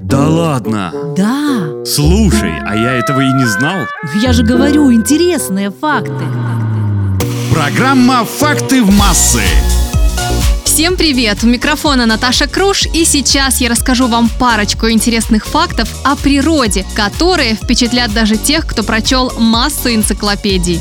Да ладно? Да. Слушай, а я этого и не знал. Я же говорю, интересные факты. Программа «Факты в массы». Всем привет! У микрофона Наташа Круш, и сейчас я расскажу вам парочку интересных фактов о природе, которые впечатлят даже тех, кто прочел массу энциклопедий.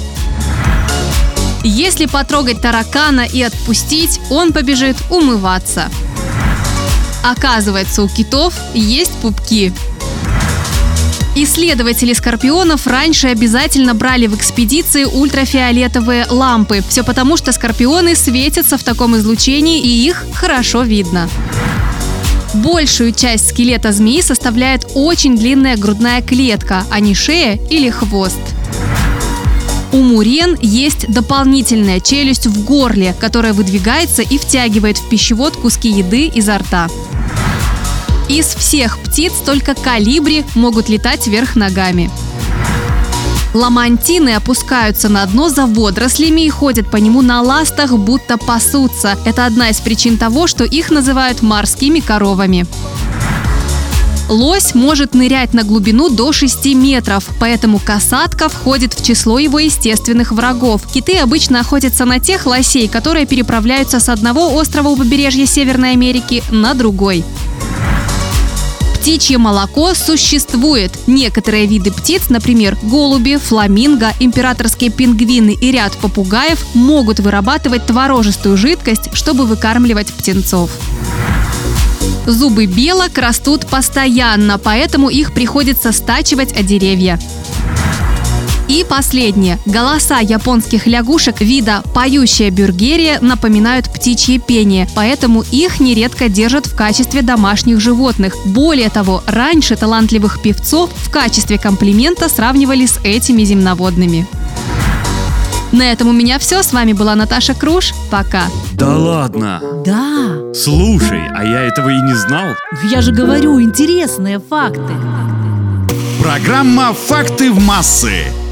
Если потрогать таракана и отпустить, он побежит умываться. Оказывается, у китов есть пупки. Исследователи скорпионов раньше обязательно брали в экспедиции ультрафиолетовые лампы. Все потому, что скорпионы светятся в таком излучении, и их хорошо видно. Большую часть скелета змеи составляет очень длинная грудная клетка, а не шея или хвост. У мурен есть дополнительная челюсть в горле, которая выдвигается и втягивает в пищевод куски еды изо рта. Из всех птиц только колибри могут летать вверх ногами. Ламантины опускаются на дно за водорослями и ходят по нему на ластах, будто пасутся. Это одна из причин того, что их называют морскими коровами. Лось может нырять на глубину до 6 метров, поэтому касатка входит в число его естественных врагов. Киты обычно охотятся на тех лосей, которые переправляются с одного острова у побережья Северной Америки на другой. Птичье молоко существует. Некоторые виды птиц, например, голуби, фламинго, императорские пингвины и ряд попугаев, могут вырабатывать творожистую жидкость, чтобы выкармливать птенцов. Зубы белок растут постоянно, поэтому их приходится стачивать о деревья. И последнее. Голоса японских лягушек вида поющая бюргерия напоминают птичье пение, поэтому их нередко держат в качестве домашних животных. Более того, раньше талантливых певцов в качестве комплимента сравнивали с этими земноводными. На этом у меня все. С вами была Наташа Круш. Пока. Да ладно? Да. Слушай, а я этого и не знал. Я же говорю, интересные факты. Программа «Факты в массы».